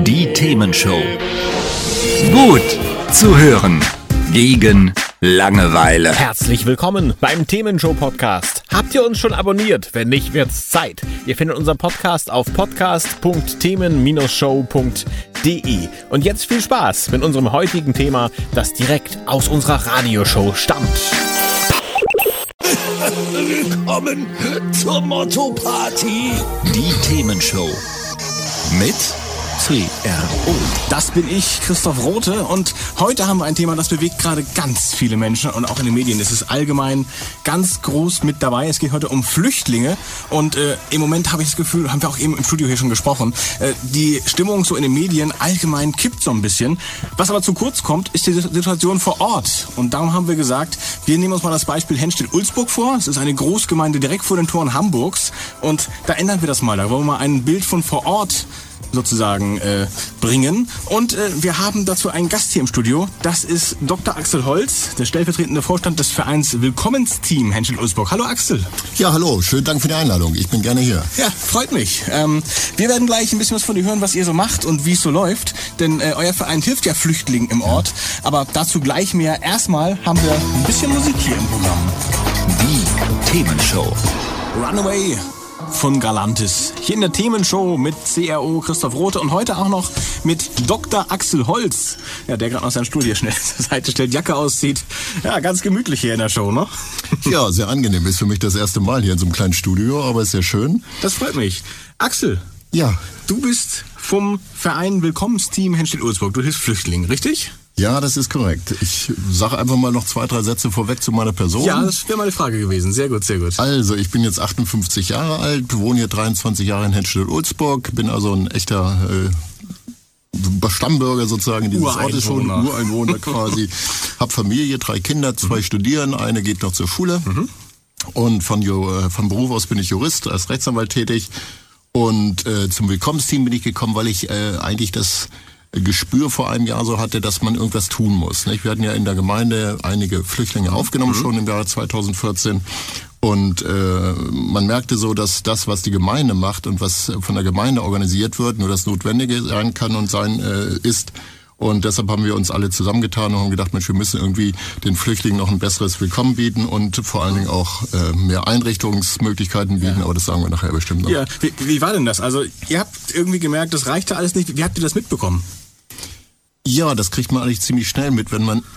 Die Themenshow. Gut zu hören. Gegen Langeweile. Herzlich willkommen beim Themenshow-Podcast. Habt ihr uns schon abonniert? Wenn nicht, wird's Zeit. Ihr findet unseren Podcast auf podcast.themen-show.de. Und jetzt viel Spaß mit unserem heutigen Thema, das direkt aus unserer Radioshow stammt. Willkommen zur Motto-Party. Die Themenshow. Mit CRO. Das bin ich, Christoph Rothe, und heute haben wir ein Thema, das bewegt gerade ganz viele Menschen und auch in den Medien ist es allgemein ganz groß mit dabei. Es geht heute um Flüchtlinge und im Moment habe ich das Gefühl, haben wir auch eben im Studio hier schon gesprochen, die Stimmung so in den Medien allgemein kippt so ein bisschen. Was aber zu kurz kommt, ist die Situation vor Ort, und darum haben wir gesagt, wir nehmen uns mal das Beispiel Henstedt-Ulzburg vor. Es ist eine Großgemeinde direkt vor den Toren Hamburgs und da ändern wir das mal. Da wollen wir mal ein Bild von vor Ort sozusagen bringen. Und wir haben dazu einen Gast hier im Studio. Das ist Dr. Axel Holz, der stellvertretende Vorstand des Vereins Willkommensteam Henstedt-Ulzburg. Hallo Axel. Ja, hallo. Schönen Dank für die Einladung. Ich bin gerne hier. Ja, freut mich. Wir werden gleich ein bisschen was von dir hören, was ihr so macht und wie es so läuft. Denn euer Verein hilft ja Flüchtlingen im Ort. Aber dazu gleich mehr. Erstmal haben wir ein bisschen Musik hier im Programm. Die Themenshow. Runaway von Galantis. Hier in der Themenshow mit CRO Christoph Rothe und heute auch noch mit Dr. Axel Holz. Ja, der gerade aus seinem Stuhl hier schnell zur Seite stellt, Jacke auszieht. Ja, ganz gemütlich hier in der Show, ne? Ja, sehr angenehm. Ist für mich das erste Mal hier in so einem kleinen Studio, aber ist sehr schön. Das freut mich. Axel. Ja. Du bist vom Verein Willkommensteam Henstedt-Ulzburg. Du hilfst Flüchtlingen, richtig? Ja, das ist korrekt. Ich sage einfach mal noch 2-3 Sätze vorweg zu meiner Person. Ja, das wäre meine Frage gewesen. Sehr gut, sehr gut. Also, ich bin jetzt 58 Jahre alt, wohne hier 23 Jahre in Henstedt-Ulzburg, bin also ein echter Stammbürger sozusagen dieses Ortes schon, Ureinwohner quasi. Hab Familie, 3 Kinder, 2 studieren, eine geht noch zur Schule. Und von Beruf aus bin ich Jurist, als Rechtsanwalt tätig. Und zum Willkommensteam bin ich gekommen, weil ich eigentlich das Gespür vor einem Jahr so hatte, dass man irgendwas tun muss. Nicht? Wir hatten ja in der Gemeinde einige Flüchtlinge aufgenommen schon im Jahre 2014 und man merkte so, dass das, was die Gemeinde macht und was von der Gemeinde organisiert wird, nur das Notwendige sein kann und sein ist. Und deshalb haben wir uns alle zusammengetan und haben gedacht, Mensch, wir müssen irgendwie den Flüchtlingen noch ein besseres Willkommen bieten und vor allen Dingen auch mehr Einrichtungsmöglichkeiten bieten, ja. Aber das sagen wir nachher bestimmt noch. Ja, wie war denn das? Also ihr habt irgendwie gemerkt, das reichte alles nicht. Wie habt ihr das mitbekommen? Ja, das kriegt man eigentlich ziemlich schnell mit, wenn man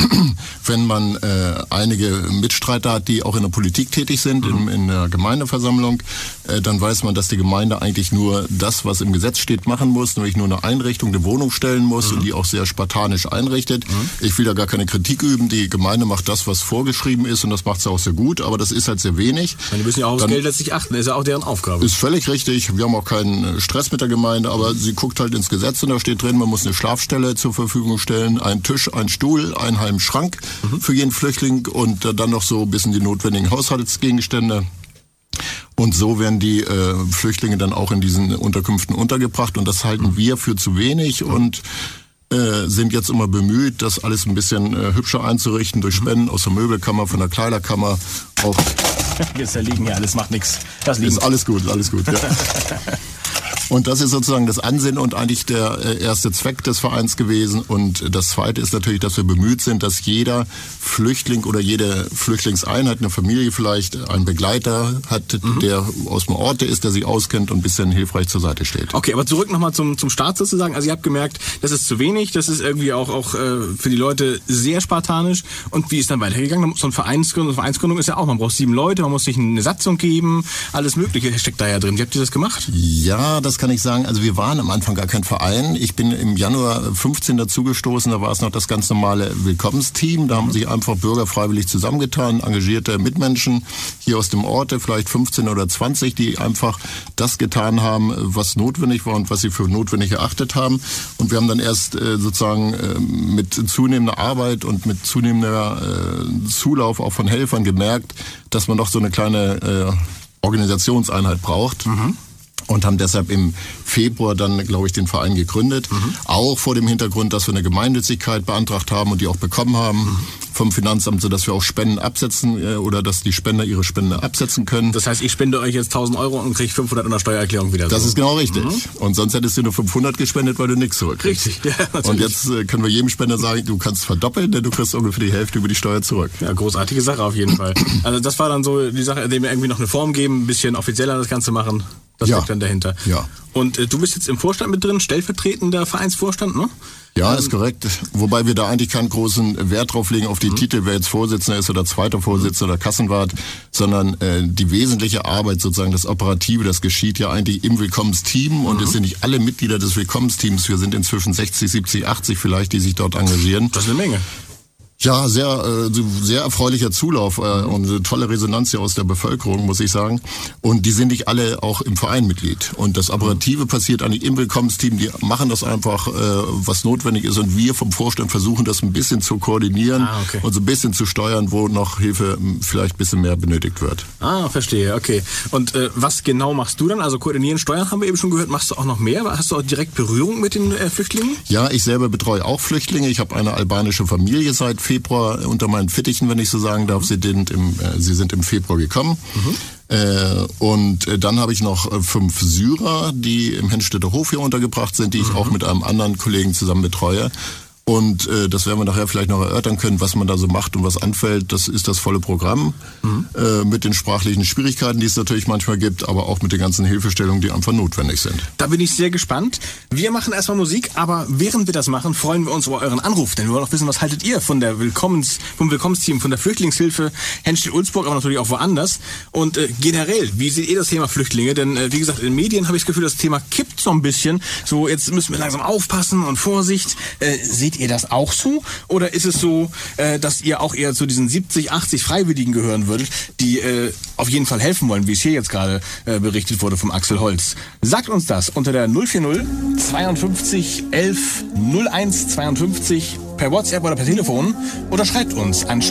einige Mitstreiter hat, die auch in der Politik tätig sind, in der Gemeindeversammlung, dann weiß man, dass die Gemeinde eigentlich nur das, was im Gesetz steht, machen muss, nämlich nur eine Einrichtung, eine Wohnung stellen muss und die auch sehr spartanisch einrichtet. Ich will da gar keine Kritik üben, die Gemeinde macht das, was vorgeschrieben ist und das macht sie auch sehr gut, aber das ist halt sehr wenig. Die müssen ja auch aufs Geld letztlich achten, das ist ja auch deren Aufgabe. Ist völlig richtig, wir haben auch keinen Stress mit der Gemeinde, aber sie guckt halt ins Gesetz und da steht drin, man muss eine Schlafstelle zur Verfügung stellen, einen Tisch, einen Stuhl, einen halben Schrank für jeden Flüchtling und dann noch so ein bisschen die notwendigen Haushaltsgegenstände. Und so werden die Flüchtlinge dann auch in diesen Unterkünften untergebracht und das halten wir für zu wenig und sind jetzt immer bemüht, das alles ein bisschen hübscher einzurichten durch Spenden aus der Möbelkammer, von der Kleiderkammer. Auch jetzt liegen hier alles, macht nichts. Das ist alles gut, ja. Und das ist sozusagen das Ansinnen und eigentlich der erste Zweck des Vereins gewesen. Und das Zweite ist natürlich, dass wir bemüht sind, dass jeder Flüchtling oder jede Flüchtlingseinheit, eine Familie vielleicht, einen Begleiter hat, der aus dem Ort ist, der sich auskennt und ein bisschen hilfreich zur Seite steht. Okay, aber zurück nochmal zum Start sozusagen. Also ihr habt gemerkt, das ist zu wenig, das ist irgendwie auch für die Leute sehr spartanisch. Und wie ist dann weitergegangen? So eine Vereinsgründung ist ja auch, man braucht 7 Leute, man muss sich eine Satzung geben, alles Mögliche steckt da ja drin. Wie habt ihr das gemacht? Ja, das kann ich sagen. Also wir waren am Anfang gar kein Verein. Ich bin im Januar 15 dazugestoßen, da war es noch das ganz normale Willkommensteam. Da haben sich einfach Bürger freiwillig zusammengetan, engagierte Mitmenschen hier aus dem Ort, vielleicht 15 oder 20, die einfach das getan haben, was notwendig war und was sie für notwendig erachtet haben. Und wir haben dann erst sozusagen mit zunehmender Arbeit und mit zunehmender Zulauf auch von Helfern gemerkt, dass man doch so eine kleine Organisationseinheit braucht. Und haben deshalb im Februar dann, glaube ich, den Verein gegründet. Auch vor dem Hintergrund, dass wir eine Gemeinnützigkeit beantragt haben und die auch bekommen haben. vom Finanzamt, sodass wir auch Spenden absetzen oder dass die Spender ihre Spende absetzen können. Das heißt, ich spende euch jetzt 1.000 € und kriege 500 in der Steuererklärung wieder. Das ist genau richtig. Und sonst hättest du nur 500 gespendet, weil du nichts zurückkriegst. Richtig, ja, natürlich. Und jetzt können wir jedem Spender sagen, du kannst verdoppeln, denn du kriegst ungefähr die Hälfte über die Steuer zurück. Ja, großartige Sache auf jeden Fall. Also das war dann so die Sache, indem wir irgendwie noch eine Form geben, ein bisschen offizieller das Ganze machen. Das steckt dann dahinter. Ja. Und du bist jetzt im Vorstand mit drin, stellvertretender Vereinsvorstand, ne? Ja, ist korrekt. Wobei wir da eigentlich keinen großen Wert drauf legen auf die Titel, wer jetzt Vorsitzender ist oder zweiter Vorsitzender oder Kassenwart, sondern die wesentliche Arbeit, sozusagen das Operative, das geschieht ja eigentlich im Willkommensteam und es sind nicht alle Mitglieder des Willkommensteams. Wir sind inzwischen 60, 70, 80 vielleicht, die sich dort engagieren. Das ist eine Menge. Ja, sehr erfreulicher Zulauf und eine tolle Resonanz hier aus der Bevölkerung, muss ich sagen. Und die sind nicht alle auch im Verein Mitglied. Und das Operative passiert eigentlich im Willkommensteam. Die machen das einfach, was notwendig ist. Und wir vom Vorstand versuchen das ein bisschen zu koordinieren und so ein bisschen zu steuern, wo noch Hilfe vielleicht ein bisschen mehr benötigt wird. Ah, verstehe, okay. Und was genau machst du dann? Also koordinieren, steuern haben wir eben schon gehört. Machst du auch noch mehr? Hast du auch direkt Berührung mit den Flüchtlingen? Ja, ich selber betreue auch Flüchtlinge. Ich habe eine albanische Familie seit Februar unter meinen Fittichen, wenn ich so sagen darf. Sie sind im Februar gekommen. Und dann habe ich noch 5 Syrer, die im Hennstädter Hof hier untergebracht sind, die ich auch mit einem anderen Kollegen zusammen betreue. Und das werden wir nachher vielleicht noch erörtern können, was man da so macht und was anfällt. Das ist das volle Programm mit den sprachlichen Schwierigkeiten, die es natürlich manchmal gibt, aber auch mit den ganzen Hilfestellungen, die einfach notwendig sind. Da bin ich sehr gespannt. Wir machen erstmal Musik, aber während wir das machen, freuen wir uns über euren Anruf. Denn wir wollen auch wissen, was haltet ihr von vom Willkommensteam, von der Flüchtlingshilfe Hennstedt-Ulzburg, aber natürlich auch woanders. Und generell, wie seht ihr das Thema Flüchtlinge? Denn wie gesagt, in den Medien habe ich das Gefühl, das Thema kippt so ein bisschen. So, jetzt müssen wir langsam aufpassen und Vorsicht. Seht ihr das auch so? Oder ist es so, dass ihr auch eher zu diesen 70, 80 Freiwilligen gehören würdet, die auf jeden Fall helfen wollen, wie es hier jetzt gerade berichtet wurde vom Axel Holz? Sagt uns das unter der 040 52 11 01 52 per WhatsApp oder per Telefon oder schreibt uns an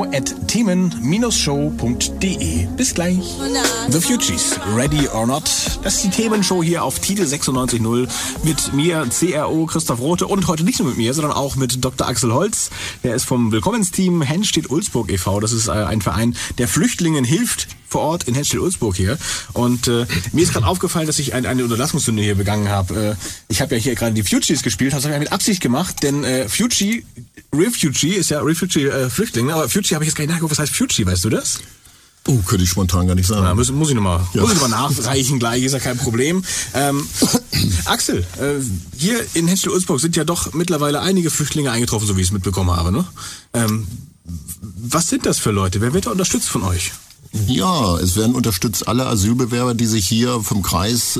studio@themen-show.de. Bis gleich. The Fugees, Ready or Not. Das ist die Themenshow hier auf Titel 96.0 mit mir, CRO Christoph Rothe und heute nicht nur mit mir, sondern auch mit Dr. Axel Holz. Der ist vom Willkommensteam Hennstedt-Ulzburg e.V. Das ist ein Verein, der Flüchtlingen hilft vor Ort in Hennstedt-Ulzburg hier. Und mir ist gerade aufgefallen, dass ich eine Unterlassungssünde hier begangen habe. Ich habe ja hier gerade die Fugees gespielt, das habe ich mit Absicht gemacht, denn Refugee ist ja Flüchtling, aber Fugie habe ich jetzt gar nicht nachgeguckt, was heißt Fugie, weißt du das? Oh, könnte ich spontan gar nicht sagen. Ja, muss ich nochmal nachreichen gleich, ist ja kein Problem. Axel, hier in Hennstedt-Ulzburg sind ja doch mittlerweile einige Flüchtlinge eingetroffen, so wie ich es mitbekommen habe, ne? Was sind das für Leute? Wer wird da unterstützt von euch? Ja, es werden unterstützt alle Asylbewerber, die sich hier vom Kreis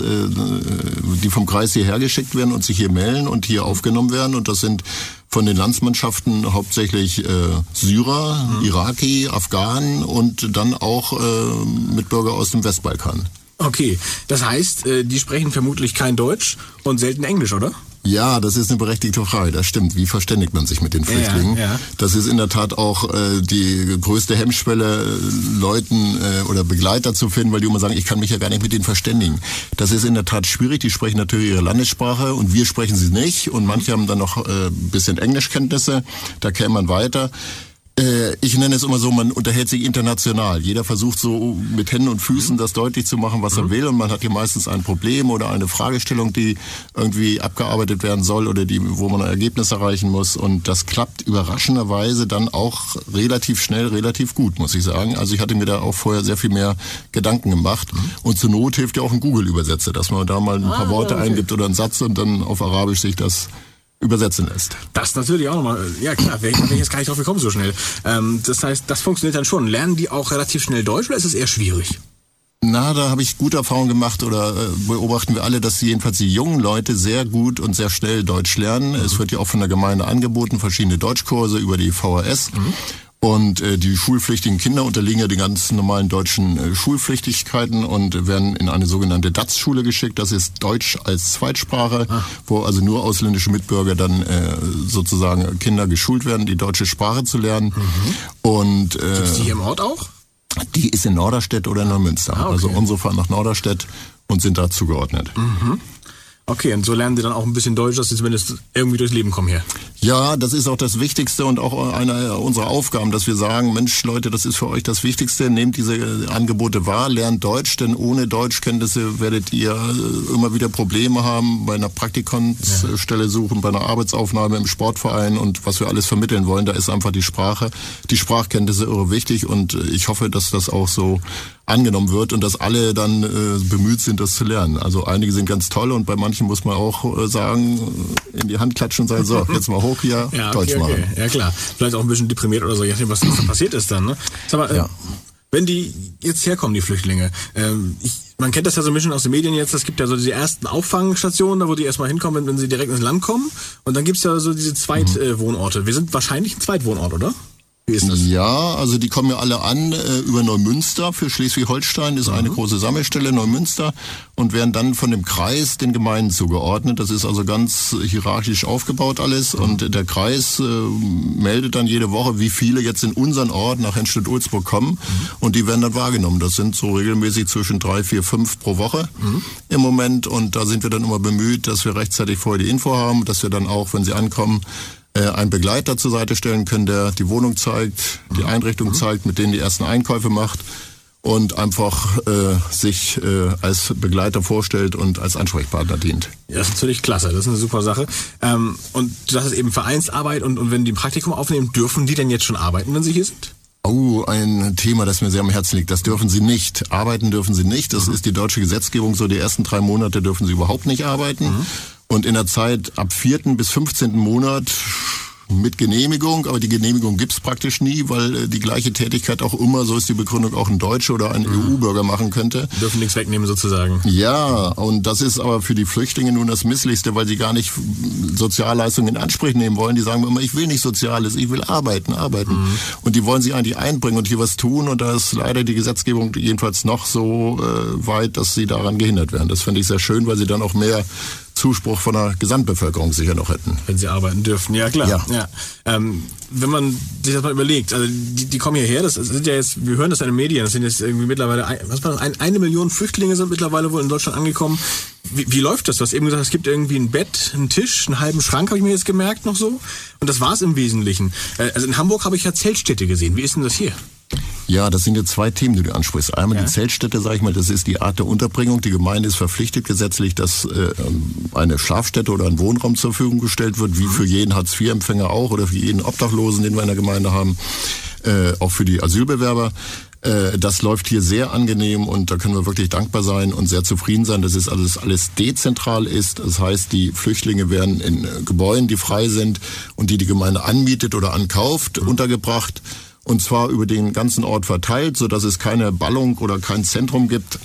hierher geschickt werden und sich hier melden und hier aufgenommen werden. Und das sind von den Landsmannschaften hauptsächlich Syrer, Iraki, Afghanen und dann auch Mitbürger aus dem Westbalkan. Okay, das heißt, die sprechen vermutlich kein Deutsch und selten Englisch, oder? Ja, das ist eine berechtigte Frage, das stimmt. Wie verständigt man sich mit den Flüchtlingen? Ja. Das ist in der Tat auch die größte Hemmschwelle, Leuten oder Begleiter zu finden, weil die immer sagen, ich kann mich ja gar nicht mit denen verständigen. Das ist in der Tat schwierig, die sprechen natürlich ihre Landessprache und wir sprechen sie nicht und manche haben dann noch ein bisschen Englischkenntnisse, da käme man weiter. Ich nenne es immer so, man unterhält sich international. Jeder versucht so mit Händen und Füßen das deutlich zu machen, was er will. Und man hat hier meistens ein Problem oder eine Fragestellung, die irgendwie abgearbeitet werden soll oder wo man ein Ergebnis erreichen muss. Und das klappt überraschenderweise dann auch relativ schnell, relativ gut, muss ich sagen. Also ich hatte mir da auch vorher sehr viel mehr Gedanken gemacht. Und zur Not hilft ja auch ein Google-Übersetzer, dass man da mal ein paar Worte eingibt oder einen Satz und dann auf Arabisch sich das übersetzen lässt. Das natürlich auch nochmal, ja klar, wäre ich jetzt gar nicht drauf gekommen so schnell. Das heißt, das funktioniert dann schon. Lernen die auch relativ schnell Deutsch oder ist es eher schwierig? Na, da habe ich gute Erfahrungen gemacht oder beobachten wir alle, dass jedenfalls die jungen Leute sehr gut und sehr schnell Deutsch lernen. Es wird ja auch von der Gemeinde angeboten, verschiedene Deutschkurse über die VHS. Und die schulpflichtigen Kinder unterliegen ja den ganz normalen deutschen Schulpflichtigkeiten und werden in eine sogenannte DATS-Schule geschickt. Das ist Deutsch als Zweitsprache, wo also nur ausländische Mitbürger dann sozusagen Kinder geschult werden, die deutsche Sprache zu lernen. Und gibt es die hier im Ort auch? Die ist in Norderstedt oder in Neumünster. Okay. Also unsere fahren nach Norderstedt und sind da zugeordnet. Okay, und so lernen sie dann auch ein bisschen Deutsch, dass sie zumindest irgendwie durchs Leben kommen hier. Ja, das ist auch das Wichtigste und auch eine unserer Aufgaben, dass wir sagen, Mensch, Leute, das ist für euch das Wichtigste, nehmt diese Angebote wahr, lernt Deutsch, denn ohne Deutschkenntnisse werdet ihr immer wieder Probleme haben, bei einer Praktikantsstelle suchen, bei einer Arbeitsaufnahme im Sportverein und was wir alles vermitteln wollen, da ist einfach die Sprache, die Sprachkenntnisse irre wichtig und ich hoffe, dass das auch so angenommen wird und dass alle dann bemüht sind, das zu lernen. Also einige sind ganz toll und bei manchen muss man auch sagen, in die Hand klatschen und sagen, so, jetzt mal hoch hier, ja, Deutsch machen. Okay. Ja klar, vielleicht auch ein bisschen deprimiert oder so, je nachdem, was da passiert ist dann. Ne? Sag mal, wenn die jetzt herkommen, die Flüchtlinge, man kennt das ja so ein bisschen aus den Medien jetzt, es gibt ja so diese ersten Auffangstationen, da wo die erstmal hinkommen, wenn sie direkt ins Land kommen und dann gibt's ja so diese Zweitwohnorte. Wir sind wahrscheinlich ein Zweitwohnort, oder? Wie ist das? Ja, also die kommen ja alle an über Neumünster. Für Schleswig-Holstein ist eine große Sammelstelle, Neumünster, und werden dann von dem Kreis den Gemeinden zugeordnet. Das ist also ganz hierarchisch aufgebaut alles und der Kreis meldet dann jede Woche, wie viele jetzt in unseren Ort nach Henstedt-Ulzburg kommen und die werden dann wahrgenommen. Das sind so regelmäßig zwischen 3, 4, 5 pro Woche im Moment und da sind wir dann immer bemüht, dass wir rechtzeitig vorher die Info haben, dass wir dann auch, wenn sie ankommen, einen Begleiter zur Seite stellen können, der die Wohnung zeigt, die Einrichtung zeigt, mit denen die ersten Einkäufe macht und einfach sich als Begleiter vorstellt und als Ansprechpartner dient. Ja, das ist natürlich klasse, das ist eine super Sache. Und das ist eben Vereinsarbeit und wenn die ein Praktikum aufnehmen, dürfen die denn jetzt schon arbeiten, wenn sie hier sind? Oh, ein Thema, das mir sehr am Herzen liegt. Das dürfen sie nicht. Arbeiten dürfen sie nicht. Das ist die deutsche Gesetzgebung so. Die ersten 3 Monate dürfen sie überhaupt nicht arbeiten. Und in der Zeit ab 4. bis 15. Monat mit Genehmigung, aber die Genehmigung gibt's praktisch nie, weil die gleiche Tätigkeit auch immer, so ist die Begründung, auch ein Deutscher oder ein EU-Bürger machen könnte. Dürfen nichts wegnehmen sozusagen. Ja, und das ist aber für die Flüchtlinge nun das Misslichste, weil sie gar nicht Sozialleistungen in Anspruch nehmen wollen. Die sagen immer, ich will nicht Soziales, ich will arbeiten. Und die wollen sich eigentlich einbringen und hier was tun und da ist leider die Gesetzgebung jedenfalls noch so weit, dass sie daran gehindert werden. Das finde ich sehr schön, weil sie dann auch mehr Zuspruch von der Gesamtbevölkerung sicher noch hätten. Wenn sie arbeiten dürfen, ja klar. Ja. Wenn man sich das mal überlegt, also die kommen hierher, das sind ja jetzt, wir hören das in den Medien, das sind jetzt irgendwie mittlerweile, eine Million Flüchtlinge sind mittlerweile wohl in Deutschland angekommen. Wie läuft das? Du hast eben gesagt, es gibt irgendwie ein Bett, einen Tisch, einen halben Schrank, habe ich mir jetzt gemerkt noch so. Und das war's im Wesentlichen. Also in Hamburg habe ich ja Zeltstädte gesehen. Wie ist denn das hier? Ja, das sind jetzt 2 Themen, die du ansprichst. Einmal die Zeltstätte, sag ich mal, das ist die Art der Unterbringung. Die Gemeinde ist verpflichtet gesetzlich, dass eine Schlafstätte oder ein Wohnraum zur Verfügung gestellt wird, wie für jeden Hartz-IV-Empfänger auch oder für jeden Obdachlosen, den wir in der Gemeinde haben, auch für die Asylbewerber. Das läuft hier sehr angenehm und da können wir wirklich dankbar sein und sehr zufrieden sein, dass es alles dezentral ist. Das heißt, die Flüchtlinge werden in Gebäuden, die frei sind und die Gemeinde anmietet oder ankauft, untergebracht. Und zwar über den ganzen Ort verteilt, so dass es keine Ballung oder kein Zentrum gibt.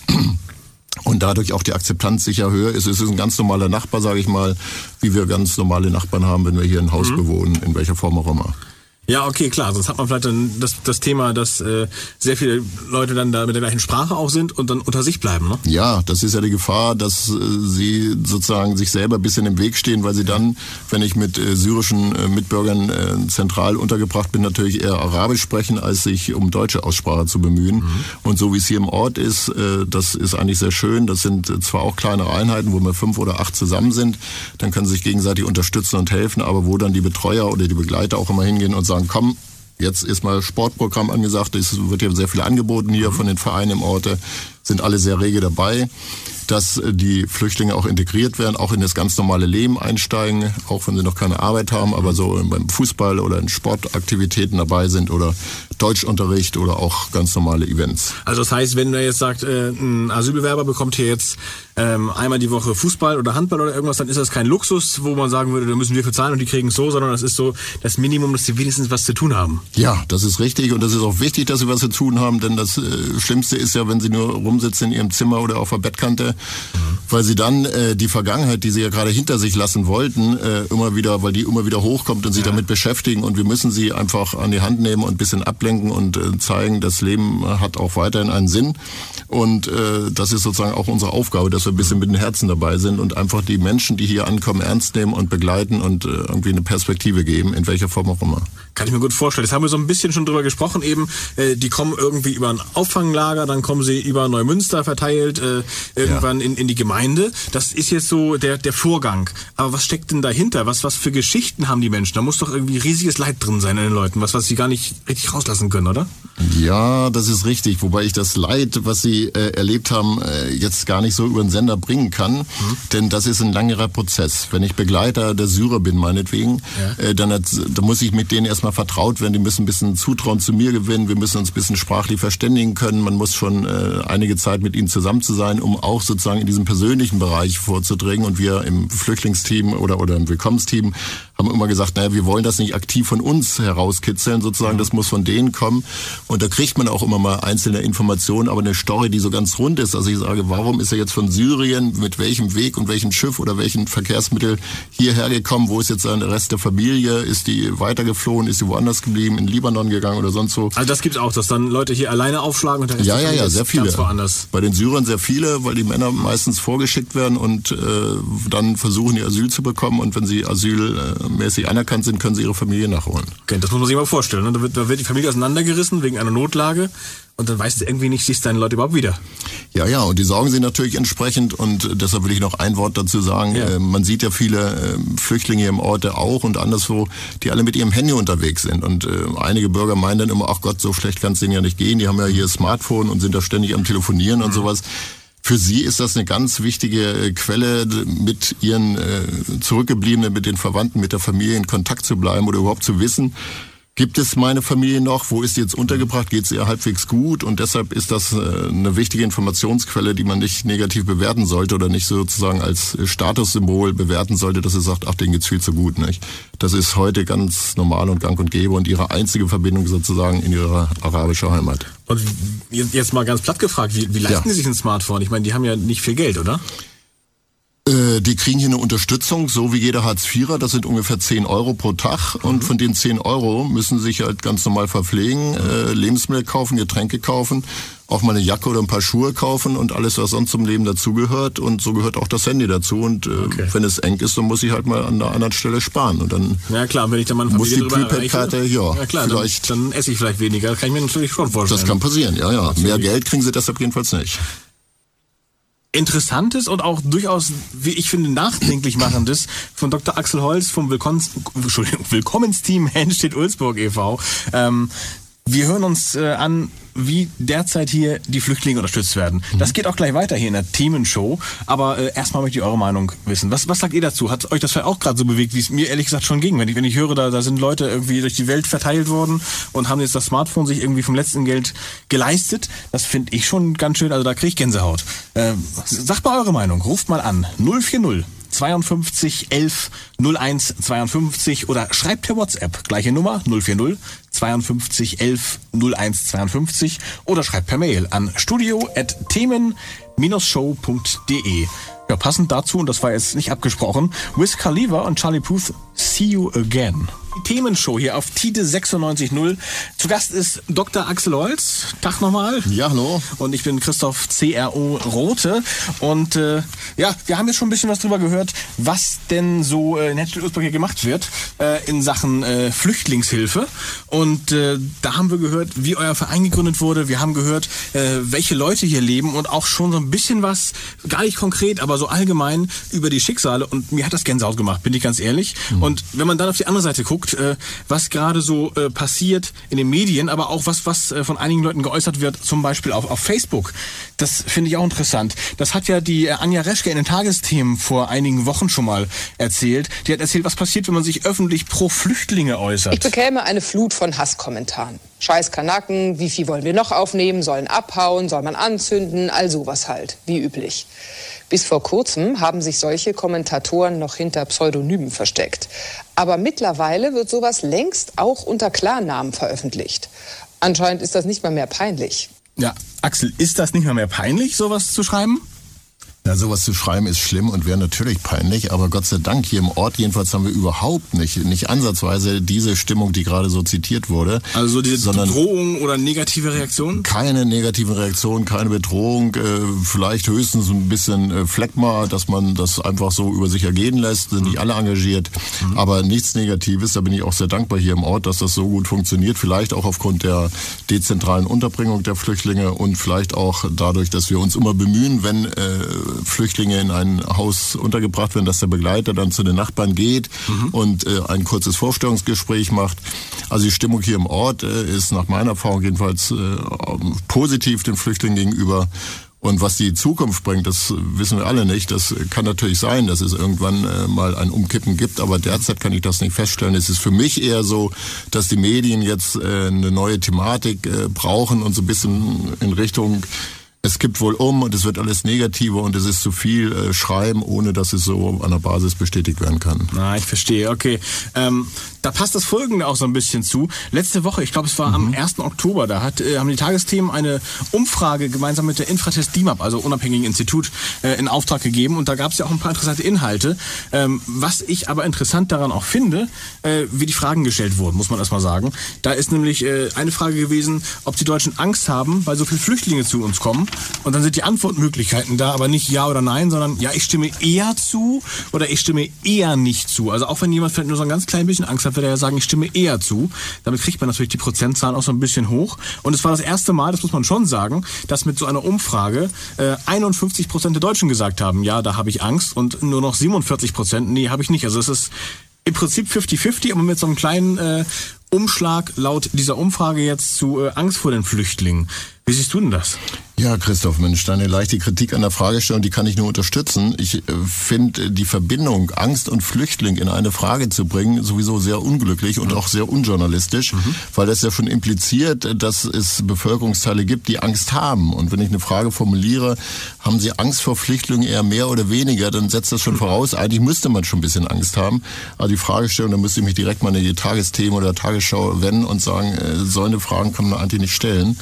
Und dadurch auch die Akzeptanz sicher höher ist. Es ist ein ganz normaler Nachbar, sage ich mal, wie wir ganz normale Nachbarn haben, wenn wir hier ein Haus bewohnen, in welcher Form auch immer. Ja, okay, klar. Sonst hat man vielleicht dann das Thema, dass sehr viele Leute dann da mit der gleichen Sprache auch sind und dann unter sich bleiben, ne? Ja, das ist ja die Gefahr, dass sie sozusagen sich selber ein bisschen im Weg stehen, weil sie dann, wenn ich mit syrischen Mitbürgern zentral untergebracht bin, natürlich eher Arabisch sprechen, als sich um deutsche Aussprache zu bemühen. Und so wie es hier im Ort ist, das ist eigentlich sehr schön. Das sind zwar auch kleinere Einheiten, wo wir 5 oder 8 zusammen sind, dann können sie sich gegenseitig unterstützen und helfen, aber wo dann die Betreuer oder die Begleiter auch immer hingehen und sagen, komm, jetzt ist mal Sportprogramm angesagt, es wird ja sehr viel angeboten hier von den Vereinen im Orte, sind alle sehr rege dabei, dass die Flüchtlinge auch integriert werden, auch in das ganz normale Leben einsteigen, auch wenn sie noch keine Arbeit haben, aber so beim Fußball oder in Sportaktivitäten dabei sind oder Deutschunterricht oder auch ganz normale Events. Also das heißt, wenn man jetzt sagt, ein Asylbewerber bekommt hier jetzt einmal die Woche Fußball oder Handball oder irgendwas, dann ist das kein Luxus, wo man sagen würde, da müssen wir für zahlen und die kriegen es so, sondern das ist so das Minimum, dass sie wenigstens was zu tun haben. Ja, das ist richtig und das ist auch wichtig, dass sie was zu tun haben, denn das Schlimmste ist ja, wenn sie nur rumsitzen in ihrem Zimmer oder auf der Bettkante, weil sie dann die Vergangenheit, die sie ja gerade hinter sich lassen wollten, immer wieder, weil die immer wieder hochkommt und sich damit beschäftigen und wir müssen sie einfach an die Hand nehmen und ein bisschen ablenken ablenken und zeigen, das Leben hat auch weiterhin einen Sinn. Und das ist sozusagen auch unsere Aufgabe, dass wir ein bisschen mit den Herzen dabei sind und einfach die Menschen, die hier ankommen, ernst nehmen und begleiten und irgendwie eine Perspektive geben, in welcher Form auch immer. Kann ich mir gut vorstellen. Das haben wir so ein bisschen schon drüber gesprochen eben. Die kommen irgendwie über ein Auffanglager, dann kommen sie über Neumünster verteilt, irgendwann in die Gemeinde. Das ist jetzt so der Vorgang. Aber was steckt denn dahinter? Was für Geschichten haben die Menschen? Da muss doch irgendwie riesiges Leid drin sein in den Leuten, was sie gar nicht richtig rauslassen können, oder? Ja, das ist richtig. Wobei ich das Leid, was sie erlebt haben, jetzt gar nicht so über den Sender bringen kann. Denn das ist ein langer Prozess. Wenn ich Begleiter der Syrer bin, meinetwegen, dann muss ich mit denen erstmal vertraut werden. Die müssen ein bisschen Zutrauen zu mir gewinnen. Wir müssen uns ein bisschen sprachlich verständigen können. Man muss schon einige Zeit mit ihnen zusammen zu sein, um auch sozusagen in diesem persönlichen Bereich vorzudringen. Und wir im Flüchtlingsteam oder im Willkommensteam haben immer gesagt, naja, wir wollen das nicht aktiv von uns herauskitzeln, sozusagen, das muss von denen kommen. Und da kriegt man auch immer mal einzelne Informationen, aber eine Story, die so ganz rund ist. Also ich sage, warum ist er jetzt von Syrien, mit welchem Weg und welchem Schiff oder welchen Verkehrsmittel hierher gekommen? Wo ist jetzt der Rest der Familie? Ist die weitergeflohen? Ist sie woanders geblieben? In Libanon gegangen oder sonst so? Also das gibt's auch, dass dann Leute hier alleine aufschlagen und der Rest der Familie sehr viele. Ganz woanders. Bei den Syrern sehr viele, weil die Männer meistens vorgeschickt werden und dann versuchen, ihr Asyl zu bekommen. Und wenn sie asylmäßig anerkannt sind, können sie ihre Familie nachholen. Okay, das muss man sich mal vorstellen. Ne? Da wird die Familie auseinandergerissen wegen einer Notlage und dann weißt du irgendwie nicht, siehst deine Leute überhaupt wieder. Ja, und die sorgen sich natürlich entsprechend und deshalb will ich noch ein Wort dazu sagen. Ja. Man sieht ja viele Flüchtlinge im Ort auch und anderswo, die alle mit ihrem Handy unterwegs sind und einige Bürger meinen dann immer, ach Gott, so schlecht kann es denen ja nicht gehen. Die haben ja hier Smartphone und sind da ständig am Telefonieren und sowas. Für sie ist das eine ganz wichtige Quelle, mit ihren Zurückgebliebenen, mit den Verwandten, mit der Familie in Kontakt zu bleiben oder überhaupt zu wissen, gibt es meine Familie noch? Wo ist sie jetzt untergebracht? Geht es ihr halbwegs gut? Und deshalb ist das eine wichtige Informationsquelle, die man nicht negativ bewerten sollte oder nicht sozusagen als Statussymbol bewerten sollte, dass es sagt, ach, denen geht's viel zu gut. Nicht? Das ist heute ganz normal und gang und gäbe und ihre einzige Verbindung sozusagen in ihre arabische Heimat. Und jetzt mal ganz platt gefragt, wie leisten die sich ein Smartphone? Ich meine, die haben ja nicht viel Geld, oder? Die kriegen hier eine Unterstützung, so wie jeder Hartz-IVer. Das sind ungefähr 10 Euro pro Tag. Und von den 10 Euro müssen sie sich halt ganz normal verpflegen, Lebensmittel kaufen, Getränke kaufen, auch mal eine Jacke oder ein paar Schuhe kaufen und alles, was sonst zum Leben dazugehört. Und so gehört auch das Handy dazu. Und wenn es eng ist, dann muss ich halt mal an einer anderen Stelle sparen. Und dann ja klar, wenn ich dann mal eine muss die Prepaid-Karte, vielleicht dann esse ich vielleicht weniger. Das kann ich mir natürlich schon vorstellen. Das kann passieren, ja. Mehr Geld kriegen sie deshalb jedenfalls nicht. Interessantes und auch durchaus, wie ich finde, nachdenklich machendes von Dr. Axel Holz vom Willkommensteam Henstedt-Ulzburg e.V. Wir hören uns an, wie derzeit hier die Flüchtlinge unterstützt werden. Das geht auch gleich weiter hier in der Themenshow. Aber erstmal möchte ich eure Meinung wissen. Was sagt ihr dazu? Hat euch das vielleicht auch gerade so bewegt, wie es mir ehrlich gesagt schon ging? Wenn ich höre, da sind Leute irgendwie durch die Welt verteilt worden und haben jetzt das Smartphone sich irgendwie vom letzten Geld geleistet. Das finde ich schon ganz schön. Also da kriege ich Gänsehaut. Sagt mal eure Meinung. Ruft mal an. 040 52 11 01 52 oder schreibt per WhatsApp. Gleiche Nummer 040 52 11 01 52 oder schreibt per Mail an studio@themen-show.de. Ja, passend dazu, und das war jetzt nicht abgesprochen, Wiz Khalifa und Charlie Puth, See You Again. Die Themenshow hier auf Tide 96.0. Zu Gast ist Dr. Axel Holz. Tag nochmal. Ja, hallo. Und ich bin Christoph C.R.O. Rothe. Und wir haben jetzt schon ein bisschen was drüber gehört, was denn so in Henstedt-Ulzburg hier gemacht wird in Sachen Flüchtlingshilfe. Und da haben wir gehört, wie euer Verein gegründet wurde. Wir haben gehört, welche Leute hier leben und auch schon so ein bisschen was, gar nicht konkret, aber so allgemein über die Schicksale. Und mir hat das Gänsehaut gemacht, bin ich ganz ehrlich. Und wenn man dann auf die andere Seite guckt, was gerade so passiert in den Medien, aber auch was von einigen Leuten geäußert wird, zum Beispiel auf Facebook. Das finde ich auch interessant. Das hat ja die Anja Reschke in den Tagesthemen vor einigen Wochen schon mal erzählt. Die hat erzählt, was passiert, wenn man sich öffentlich pro Flüchtlinge äußert. Ich bekäme eine Flut von Hasskommentaren. Scheiß Kanaken, wie viel wollen wir noch aufnehmen, sollen abhauen, soll man anzünden, all sowas halt, wie üblich. Bis vor kurzem haben sich solche Kommentatoren noch hinter Pseudonymen versteckt. Aber mittlerweile wird sowas längst auch unter Klarnamen veröffentlicht. Anscheinend ist das nicht mal mehr peinlich. Ja, Axel, ist das nicht mal mehr peinlich, sowas zu schreiben? Ja, sowas zu schreiben ist schlimm und wäre natürlich peinlich, aber Gott sei Dank hier im Ort jedenfalls haben wir überhaupt nicht ansatzweise diese Stimmung, die gerade so zitiert wurde. Also diese Drohung oder negative Reaktion? Keine negative Reaktion, keine Bedrohung, vielleicht höchstens ein bisschen Phlegma, dass man das einfach so über sich ergehen lässt, sind nicht alle engagiert, aber nichts Negatives. Da bin ich auch sehr dankbar hier im Ort, dass das so gut funktioniert, vielleicht auch aufgrund der dezentralen Unterbringung der Flüchtlinge und vielleicht auch dadurch, dass wir uns immer bemühen, wenn Flüchtlinge in ein Haus untergebracht werden, dass der Begleiter dann zu den Nachbarn geht und ein kurzes Vorstellungsgespräch macht. Also die Stimmung hier im Ort ist nach meiner Erfahrung jedenfalls positiv den Flüchtlingen gegenüber. Und was die Zukunft bringt, das wissen wir alle nicht. Das kann natürlich sein, dass es irgendwann mal ein Umkippen gibt, aber derzeit kann ich das nicht feststellen. Es ist für mich eher so, dass die Medien jetzt eine neue Thematik brauchen und so ein bisschen in Richtung es kippt wohl und es wird alles negativer und es ist zu viel Schreiben, ohne dass es so an der Basis bestätigt werden kann. Ich verstehe, okay. Da passt das Folgende auch so ein bisschen zu. Letzte Woche, ich glaube es war am 1. Oktober, da haben die Tagesthemen eine Umfrage gemeinsam mit der Infratest DIMAP, also unabhängigen Institut, in Auftrag gegeben und da gab es ja auch ein paar interessante Inhalte. Was ich aber interessant daran auch finde, wie die Fragen gestellt wurden, muss man erstmal sagen. Da ist nämlich eine Frage gewesen, ob die Deutschen Angst haben, weil so viele Flüchtlinge zu uns kommen. Und dann sind die Antwortmöglichkeiten da, aber nicht ja oder nein, sondern ja, ich stimme eher zu oder ich stimme eher nicht zu. Also auch wenn jemand vielleicht nur so ein ganz klein bisschen Angst hat, würde er ja sagen, ich stimme eher zu. Damit kriegt man natürlich die Prozentzahlen auch so ein bisschen hoch. Und es war das erste Mal, das muss man schon sagen, dass mit so einer Umfrage 51% der Deutschen gesagt haben, ja, da habe ich Angst und nur noch 47%, nee, habe ich nicht. Also es ist im Prinzip 50-50, aber mit so einem kleinen Umschlag laut dieser Umfrage jetzt zu Angst vor den Flüchtlingen. Wie siehst du denn das? Ja, Christoph, Mensch, deine leichte Kritik an der Fragestellung, die kann ich nur unterstützen. Ich finde die Verbindung Angst und Flüchtling in eine Frage zu bringen sowieso sehr unglücklich und auch sehr unjournalistisch, weil das ja schon impliziert, dass es Bevölkerungsteile gibt, die Angst haben. Und wenn ich eine Frage formuliere, haben sie Angst vor Flüchtlingen eher mehr oder weniger, dann setzt das schon voraus, eigentlich müsste man schon ein bisschen Angst haben. Also die Fragestellung, da müsste ich mich direkt mal in die Tagesthemen oder Tagesschau wenden und sagen, so eine Fragen kann man eigentlich nicht stellen.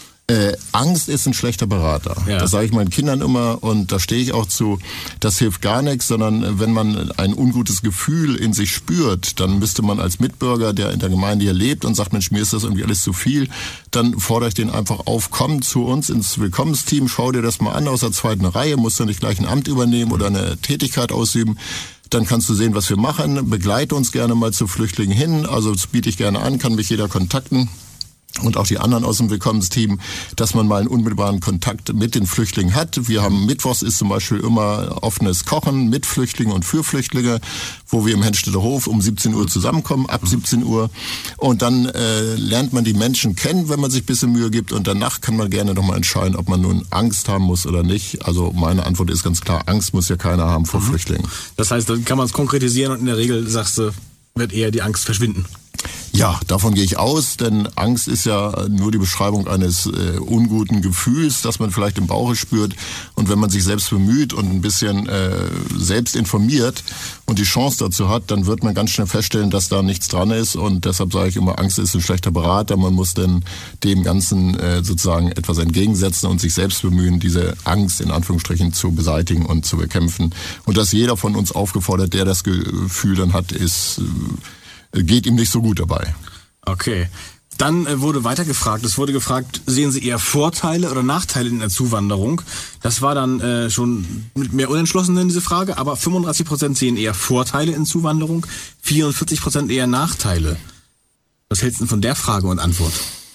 Angst ist ein schlechter Berater. Ja. Das sage ich meinen Kindern immer und da stehe ich auch zu. Das hilft gar nichts, sondern wenn man ein ungutes Gefühl in sich spürt, dann müsste man als Mitbürger, der in der Gemeinde hier lebt und sagt, Mensch, mir ist das irgendwie alles zu viel, dann fordere ich den einfach auf, komm zu uns ins Willkommensteam, schau dir das mal an aus der zweiten Reihe, musst du nicht gleich ein Amt übernehmen oder eine Tätigkeit ausüben. Dann kannst du sehen, was wir machen, begleite uns gerne mal zu Flüchtlingen hin, also das biete ich gerne an, kann mich jeder kontakten. Und auch die anderen aus dem Willkommensteam, dass man mal einen unmittelbaren Kontakt mit den Flüchtlingen hat. Wir haben mittwochs ist zum Beispiel immer offenes Kochen mit Flüchtlingen und für Flüchtlinge, wo wir im Henstetter Hof um 17 Uhr zusammenkommen, ab 17 Uhr. Und dann lernt man die Menschen kennen, wenn man sich ein bisschen Mühe gibt. Und danach kann man gerne nochmal entscheiden, ob man nun Angst haben muss oder nicht. Also meine Antwort ist ganz klar, Angst muss ja keiner haben vor Flüchtlingen. Das heißt, dann kann man es konkretisieren und in der Regel, sagst du, wird eher die Angst verschwinden. Ja, davon gehe ich aus, denn Angst ist ja nur die Beschreibung eines unguten Gefühls, das man vielleicht im Bauche spürt. Und wenn man sich selbst bemüht und ein bisschen selbst informiert und die Chance dazu hat, dann wird man ganz schnell feststellen, dass da nichts dran ist. Und deshalb sage ich immer, Angst ist ein schlechter Berater. Man muss denn dem Ganzen sozusagen etwas entgegensetzen und sich selbst bemühen, diese Angst in Anführungsstrichen zu beseitigen und zu bekämpfen. Und dass jeder von uns aufgefordert, der das Gefühl dann hat, geht ihm nicht so gut dabei. Okay. Dann wurde weiter gefragt, es wurde gefragt, sehen Sie eher Vorteile oder Nachteile in der Zuwanderung? Das war dann schon mit mehr Unentschlossenen diese Frage, aber 35% sehen eher Vorteile in Zuwanderung, 44% eher Nachteile. Was hältst du denn von der Frage und Antwort?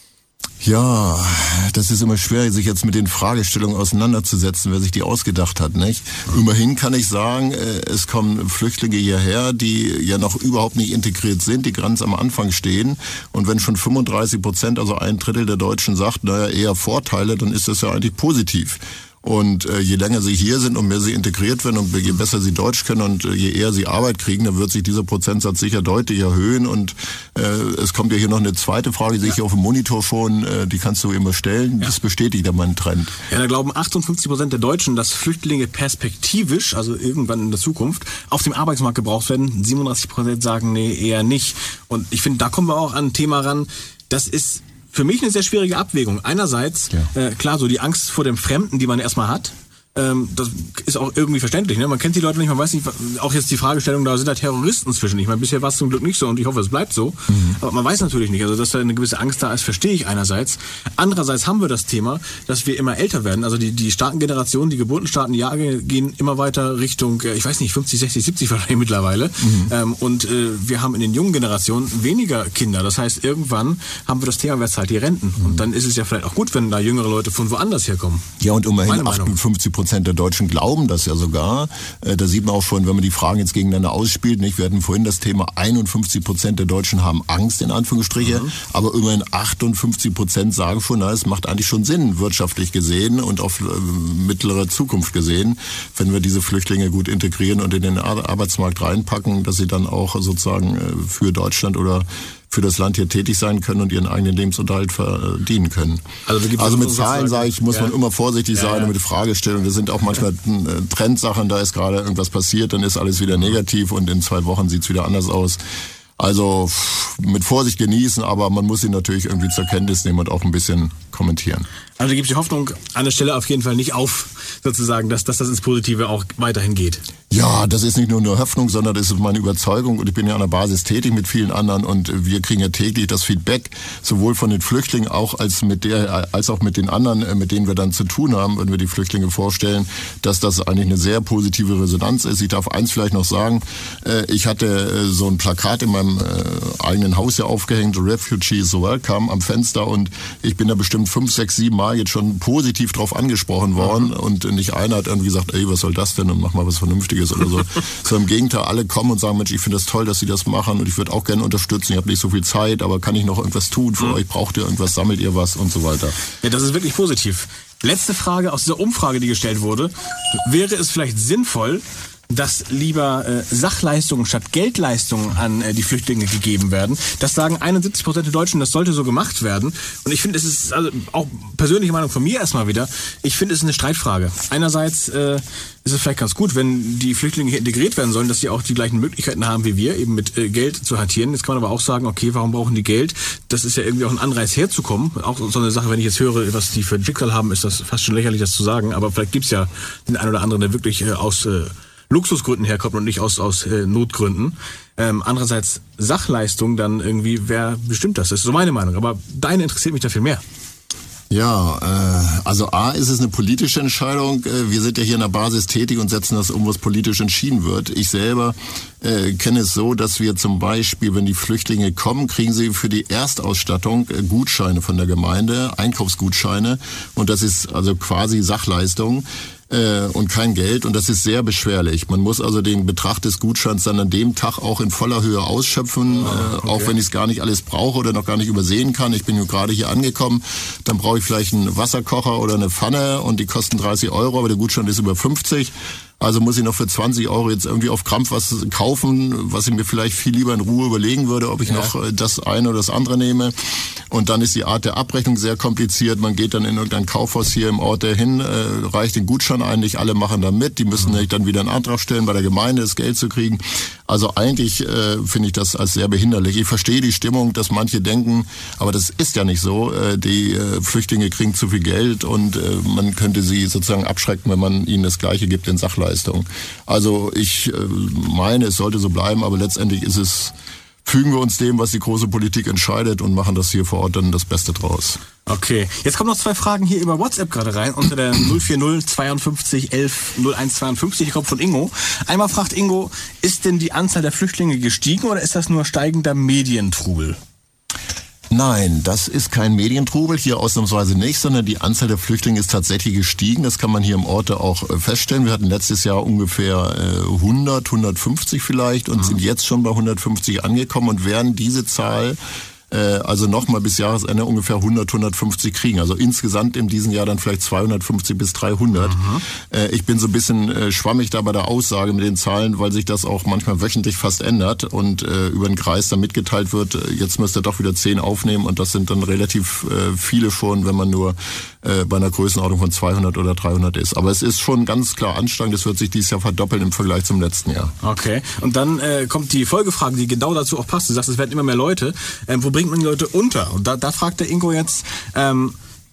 Ja, das ist immer schwer, sich jetzt mit den Fragestellungen auseinanderzusetzen, wer sich die ausgedacht hat, nicht? Immerhin kann ich sagen, es kommen Flüchtlinge hierher, die ja noch überhaupt nicht integriert sind, die ganz am Anfang stehen. Und wenn schon 35%, also 1/3 der Deutschen sagt, naja, eher Vorteile, dann ist das ja eigentlich positiv. Und je länger sie hier sind und mehr sie integriert werden und je besser sie Deutsch können und je eher sie Arbeit kriegen, dann wird sich dieser Prozentsatz sicher deutlich erhöhen. Und es kommt ja hier noch eine zweite Frage, die sehe ich hier auf dem Monitor schon, die kannst du immer stellen. Ja. Das bestätigt ja meinen Trend. Ja, da glauben 58% der Deutschen, dass Flüchtlinge perspektivisch, also irgendwann in der Zukunft, auf dem Arbeitsmarkt gebraucht werden. 37% sagen, nee, eher nicht. Und ich finde, da kommen wir auch an ein Thema ran, das ist für mich eine sehr schwierige Abwägung. Einerseits, klar, so die Angst vor dem Fremden, die man erstmal hat. Das ist auch irgendwie verständlich. Ne? Man kennt die Leute nicht, man weiß nicht, auch jetzt die Fragestellung, da sind da Terroristen zwischen. Ich meine, bisher war es zum Glück nicht so und ich hoffe, es bleibt so. Aber man weiß natürlich nicht. Also, dass da eine gewisse Angst da ist, verstehe ich einerseits. Andererseits haben wir das Thema, dass wir immer älter werden. Also die starken Generationen, die geburtenstarken Jahre gehen immer weiter Richtung, ich weiß nicht, 50, 60, 70 wahrscheinlich mittlerweile. Und wir haben in den jungen Generationen weniger Kinder. Das heißt, irgendwann haben wir das Thema, wer zahlt die Renten? Und dann ist es ja vielleicht auch gut, wenn da jüngere Leute von woanders herkommen. Ja, und immerhin 58% der Deutschen glauben das ja sogar. Da sieht man auch schon, wenn man die Fragen jetzt gegeneinander ausspielt, nicht? Wir hatten vorhin das Thema, 51% der Deutschen haben Angst, in Anführungsstriche, aber immerhin 58% sagen schon, na, es macht eigentlich schon Sinn, wirtschaftlich gesehen und auf mittlere Zukunft gesehen, wenn wir diese Flüchtlinge gut integrieren und in den Arbeitsmarkt reinpacken, dass sie dann auch sozusagen für Deutschland oder für das Land hier tätig sein können und ihren eigenen Lebensunterhalt verdienen können. Also mit Zahlen, sage ich, muss man immer vorsichtig sein und mit Fragestellungen. Das sind auch manchmal Trendsachen, da ist gerade irgendwas passiert, dann ist alles wieder negativ und in 2 Wochen sieht es wieder anders aus. Also mit Vorsicht genießen, aber man muss ihn natürlich irgendwie zur Kenntnis nehmen und auch ein bisschen kommentieren. Also da gibt es die Hoffnung an der Stelle auf jeden Fall nicht auf, sozusagen, dass das ins Positive auch weiterhin geht. Ja, das ist nicht nur eine Hoffnung, sondern das ist meine Überzeugung und ich bin ja an der Basis tätig mit vielen anderen und wir kriegen ja täglich das Feedback, sowohl von den Flüchtlingen als auch mit den anderen, mit denen wir dann zu tun haben, wenn wir die Flüchtlinge vorstellen, dass das eigentlich eine sehr positive Resonanz ist. Ich darf eins vielleicht noch sagen, ich hatte so ein Plakat in meinem eigenen Haus ja aufgehängt, Refugees Welcome, am Fenster und ich bin da bestimmt 5, 6, 7 Mal jetzt schon positiv drauf angesprochen worden und nicht einer hat irgendwie gesagt, ey, was soll das denn und mach mal was Vernünftiges oder so. So im Gegenteil, alle kommen und sagen, Mensch, ich finde das toll, dass Sie das machen und ich würde auch gerne unterstützen. Ich habe nicht so viel Zeit, aber kann ich noch irgendwas tun für euch? Braucht ihr irgendwas? Sammelt ihr was? Und so weiter. Ja, das ist wirklich positiv. Letzte Frage aus dieser Umfrage, die gestellt wurde. Wäre es vielleicht sinnvoll, dass lieber Sachleistungen statt Geldleistungen an die Flüchtlinge gegeben werden? Das sagen 71% der Deutschen, das sollte so gemacht werden. Und ich finde, es ist also auch persönliche Meinung von mir erstmal wieder, ich finde, es ist eine Streitfrage. Einerseits ist es vielleicht ganz gut, wenn die Flüchtlinge hier integriert werden sollen, dass sie auch die gleichen Möglichkeiten haben wie wir, eben mit Geld zu hantieren. Jetzt kann man aber auch sagen, okay, warum brauchen die Geld? Das ist ja irgendwie auch ein Anreiz herzukommen. Auch so eine Sache, wenn ich jetzt höre, was die für ein Schicksal haben, ist das fast schon lächerlich, das zu sagen. Aber vielleicht gibt's ja den einen oder anderen, der wirklich aus Luxusgründen herkommt und nicht aus Notgründen. Andererseits Sachleistung dann irgendwie, wer bestimmt das? Das ist so meine Meinung. Aber deine interessiert mich da viel mehr. Ja, also A, ist es eine politische Entscheidung. Wir sind ja hier in der Basis tätig und setzen das um, was politisch entschieden wird. Ich selber kenne es so, dass wir zum Beispiel, wenn die Flüchtlinge kommen, kriegen sie für die Erstausstattung Gutscheine von der Gemeinde, Einkaufsgutscheine. Und das ist also quasi Sachleistung und kein Geld und das ist sehr beschwerlich. Man muss also den Betrag des Gutscheins dann an dem Tag auch in voller Höhe ausschöpfen, auch wenn ich es gar nicht alles brauche oder noch gar nicht übersehen kann. Ich bin nur gerade hier angekommen, dann brauche ich vielleicht einen Wasserkocher oder eine Pfanne und die kosten 30 €, aber der Gutschein ist über 50. Also muss ich noch für 20 € jetzt irgendwie auf Krampf was kaufen, was ich mir vielleicht viel lieber in Ruhe überlegen würde, ob ich noch das eine oder das andere nehme. Und dann ist die Art der Abrechnung sehr kompliziert. Man geht dann in irgendein Kaufhaus hier im Ort hin, reicht den Gutschein ein, nicht alle machen da mit. Die müssen dann wieder einen Antrag stellen, bei der Gemeinde das Geld zu kriegen. Also eigentlich finde ich das als sehr behinderlich. Ich verstehe die Stimmung, dass manche denken, aber das ist ja nicht so. Die Flüchtlinge kriegen zu viel Geld und man könnte sie sozusagen abschrecken, wenn man ihnen das Gleiche gibt in Sachleistung. Also ich meine, es sollte so bleiben, aber letztendlich fügen wir uns dem, was die große Politik entscheidet und machen das hier vor Ort dann das Beste draus. Okay, jetzt kommen noch 2 Fragen hier über WhatsApp gerade rein, unter der 040 52 11 01 52, die kommt von Ingo. Einmal fragt Ingo, ist denn die Anzahl der Flüchtlinge gestiegen oder ist das nur steigender Medientrubel? Nein, das ist kein Medientrubel, hier ausnahmsweise nicht, sondern die Anzahl der Flüchtlinge ist tatsächlich gestiegen. Das kann man hier im Ort auch feststellen. Wir hatten letztes Jahr ungefähr 100, 150 vielleicht und sind jetzt schon bei 150 angekommen und werden diese Zahl also nochmal bis Jahresende ungefähr 100, 150 kriegen. Also insgesamt in diesem Jahr dann vielleicht 250 bis 300. Ich bin so ein bisschen schwammig da bei der Aussage mit den Zahlen, weil sich das auch manchmal wöchentlich fast ändert und über den Kreis dann mitgeteilt wird, jetzt müsst ihr doch wieder 10 aufnehmen und das sind dann relativ viele schon, wenn man nur bei einer Größenordnung von 200 oder 300 ist. Aber es ist schon ganz klar ansteigend, es wird sich dieses Jahr verdoppeln im Vergleich zum letzten Jahr. Okay, und dann kommt die Folgefrage, die genau dazu auch passt. Du sagst, es werden immer mehr Leute. Wo bringt man die Leute unter? Und da fragt der Ingo jetzt,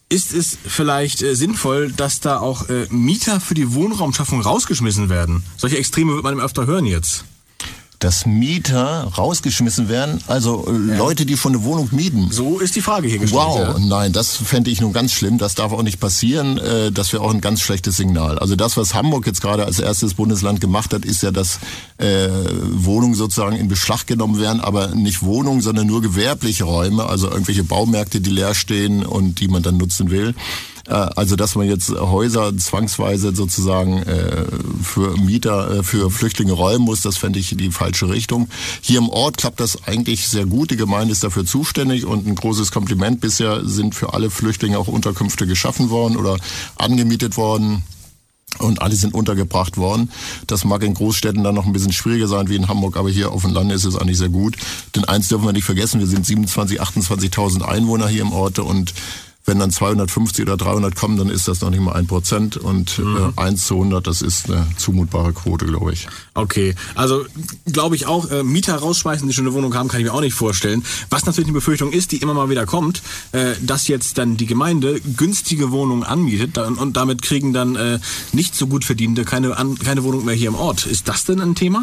ist es vielleicht sinnvoll, dass da auch Mieter für die Wohnraumschaffung rausgeschmissen werden? Solche Extreme wird man immer öfter hören jetzt. Dass Mieter rausgeschmissen werden, also Leute, die von der Wohnung mieten. So ist die Frage hier gestellt. Wow, ja. Nein, das fände ich nun ganz schlimm. Das darf auch nicht passieren. Das wäre auch ein ganz schlechtes Signal. Also das, was Hamburg jetzt gerade als erstes Bundesland gemacht hat, ist ja, dass Wohnungen sozusagen in Beschlag genommen werden, aber nicht Wohnungen, sondern nur gewerbliche Räume, also irgendwelche Baumärkte, die leer stehen und die man dann nutzen will. Also dass man jetzt Häuser zwangsweise sozusagen für Mieter, für Flüchtlinge räumen muss, das fände ich die falsche Richtung. Hier im Ort klappt das eigentlich sehr gut. Die Gemeinde ist dafür zuständig und ein großes Kompliment. Bisher sind für alle Flüchtlinge auch Unterkünfte geschaffen worden oder angemietet worden. Und alle sind untergebracht worden. Das mag in Großstädten dann noch ein bisschen schwieriger sein wie in Hamburg, aber hier auf dem Lande ist es eigentlich sehr gut. Denn eins dürfen wir nicht vergessen, wir sind 27.000, 28.000 Einwohner hier im Orte und wenn dann 250 oder 300 kommen, dann ist das noch nicht mal 1%. Und 1 zu 100, das ist eine zumutbare Quote, glaube ich. Okay, also glaube ich auch, Mieter rausschmeißen, die schon eine Wohnung haben, kann ich mir auch nicht vorstellen. Was natürlich eine Befürchtung ist, die immer mal wieder kommt, dass jetzt dann die Gemeinde günstige Wohnungen anmietet und damit kriegen dann nicht so gut Verdienende keine Wohnung mehr hier im Ort. Ist das denn ein Thema?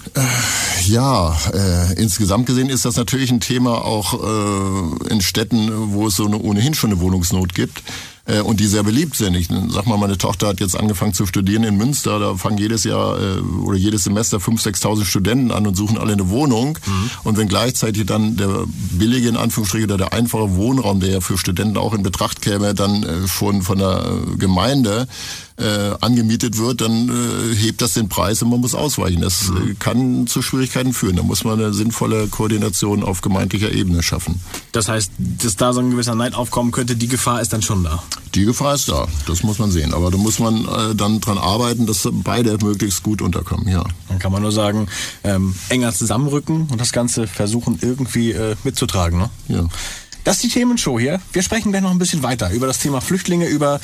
Ja, insgesamt gesehen ist das natürlich ein Thema auch in Städten, wo es so ohnehin schon eine Wohnungsnot gibt. Und die sehr beliebt sind. Ich sag mal, meine Tochter hat jetzt angefangen zu studieren in Münster. Da fangen jedes Jahr oder jedes Semester 5.000, 6.000 Studenten an und suchen alle eine Wohnung. Und wenn gleichzeitig dann der billige, in Anführungsstrichen, oder der einfache Wohnraum, der ja für Studenten auch in Betracht käme, dann schon von der Gemeinde angemietet wird, dann hebt das den Preis und man muss ausweichen. Das kann zu Schwierigkeiten führen. Da muss man eine sinnvolle Koordination auf gemeindlicher Ebene schaffen. Das heißt, dass da so ein gewisser Neid aufkommen könnte, die Gefahr ist dann schon da? Die Gefahr ist da, das muss man sehen. Aber da muss man dann dran arbeiten, dass beide möglichst gut unterkommen, ja. Dann kann man nur sagen, enger zusammenrücken und das Ganze versuchen irgendwie mitzutragen, ne? Ja. Das ist die Themenshow hier. Wir sprechen gleich noch ein bisschen weiter über das Thema Flüchtlinge, über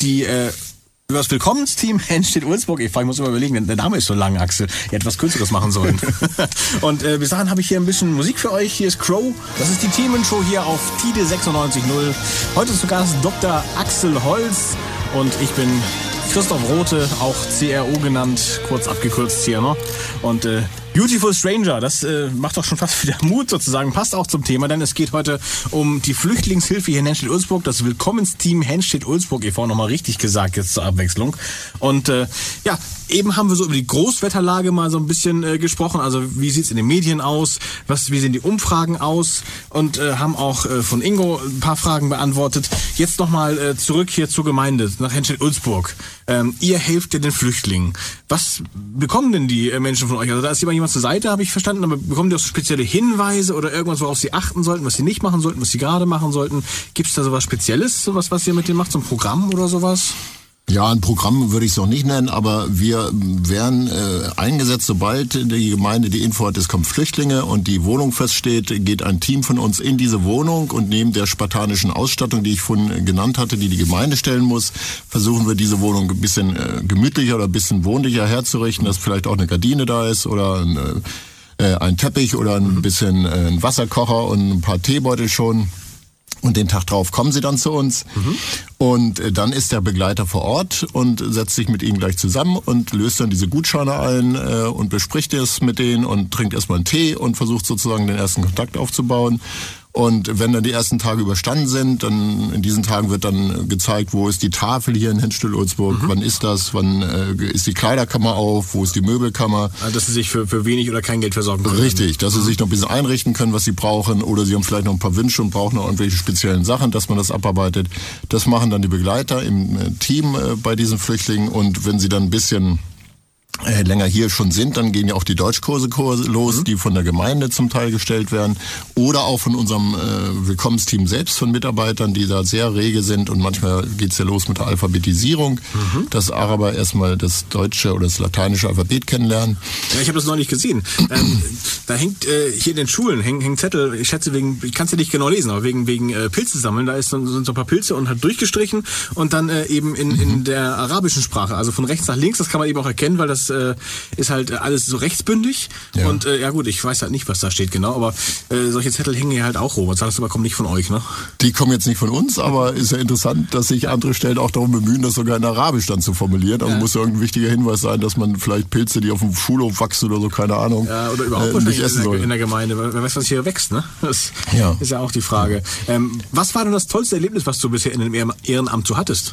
das Willkommensteam Henstedt-Ulzburg e.V. Ich muss immer überlegen, der Name ist so lang, Axel. Ihr hättet was Kürzeres machen sollen. Und bis dahin habe ich hier ein bisschen Musik für euch. Hier ist Crow. Das ist die Themenshow hier auf Tide 96.0. Heute zu Gast Dr. Axel Holz und ich bin Christoph Rothe, auch CRO genannt, kurz abgekürzt hier, ne? Und Beautiful Stranger, das macht doch schon fast wieder Mut sozusagen, passt auch zum Thema, denn es geht heute um die Flüchtlingshilfe hier in Henstedt-Ulzburg, das Willkommensteam Henstedt-Ulzburg e.V., nochmal richtig gesagt jetzt zur Abwechslung. Und eben haben wir so über die Großwetterlage mal so ein bisschen gesprochen, also wie sieht's in den Medien aus, wie sehen die Umfragen aus und haben auch von Ingo ein paar Fragen beantwortet. Jetzt nochmal zurück hier zur Gemeinde, nach Henstedt-Ulzburg. Ihr helft ja den Flüchtlingen. Was bekommen denn die Menschen von euch? Also da ist jemand zur Seite, habe ich verstanden, aber bekommen die auch so spezielle Hinweise oder irgendwas, worauf sie achten sollten, was sie nicht machen sollten, was sie gerade machen sollten? Gibt es da sowas Spezielles, sowas, was ihr mit denen macht, so ein Programm oder sowas? Ja, ein Programm würde ich es noch nicht nennen, aber wir werden eingesetzt, sobald die Gemeinde die Info hat, es kommen Flüchtlinge und die Wohnung feststeht, geht ein Team von uns in diese Wohnung und neben der spartanischen Ausstattung, die ich vorhin genannt hatte, die Gemeinde stellen muss, versuchen wir diese Wohnung ein bisschen gemütlicher oder ein bisschen wohnlicher herzurichten, dass vielleicht auch eine Gardine da ist oder ein Teppich oder ein bisschen ein Wasserkocher und ein paar Teebeutel schon. Und den Tag drauf kommen sie dann zu uns und dann ist der Begleiter vor Ort und setzt sich mit ihnen gleich zusammen und löst dann diese Gutscheine ein und bespricht es mit denen und trinkt erstmal einen Tee und versucht sozusagen den ersten Kontakt aufzubauen. Und wenn dann die ersten Tage überstanden sind, dann in diesen Tagen wird dann gezeigt, wo ist die Tafel hier in Henstedt-Ulzburg, wann ist das, wann ist die Kleiderkammer auf, wo ist die Möbelkammer. Also, dass sie sich für wenig oder kein Geld versorgen können. Richtig, dass sie sich noch ein bisschen einrichten können, was sie brauchen, oder sie haben vielleicht noch ein paar Wünsche und brauchen noch irgendwelche speziellen Sachen, dass man das abarbeitet. Das machen dann die Begleiter im Team bei diesen Flüchtlingen, und wenn sie dann ein bisschen länger hier schon sind, dann gehen ja auch die Deutschkurse los, die von der Gemeinde zum Teil gestellt werden oder auch von unserem Willkommensteam selbst, von Mitarbeitern, die da sehr rege sind, und manchmal geht's ja los mit der Alphabetisierung, dass Araber erstmal das deutsche oder das lateinische Alphabet kennenlernen. Ja, ich habe das noch nicht gesehen. Da hängt hier in den Schulen hängen Zettel, ich schätze ich kann es ja nicht genau lesen, aber wegen Pilze sammeln, da sind so ein paar Pilze und halt durchgestrichen und dann eben in der arabischen Sprache, also von rechts nach links, das kann man eben auch erkennen, weil das das ist halt alles so rechtsbündig. Ja. Und ja gut, ich weiß halt nicht, was da steht genau, aber solche Zettel hängen hier halt auch hoch. Was sagst du, aber kommen nicht von euch, ne? Die kommen jetzt nicht von uns, aber ist ja interessant, dass sich andere Stellen auch darum bemühen, das sogar in Arabisch dann zu formulieren. Also muss ja irgendein wichtiger Hinweis sein, dass man vielleicht Pilze, die auf dem Schulhof wachsen oder so, keine Ahnung, ja, oder überhaupt nicht essen soll. In der Gemeinde. Wer weiß, was hier wächst, ne? Das ist ja auch die Frage. Was war denn das tollste Erlebnis, was du bisher in dem Ehrenamt so hattest?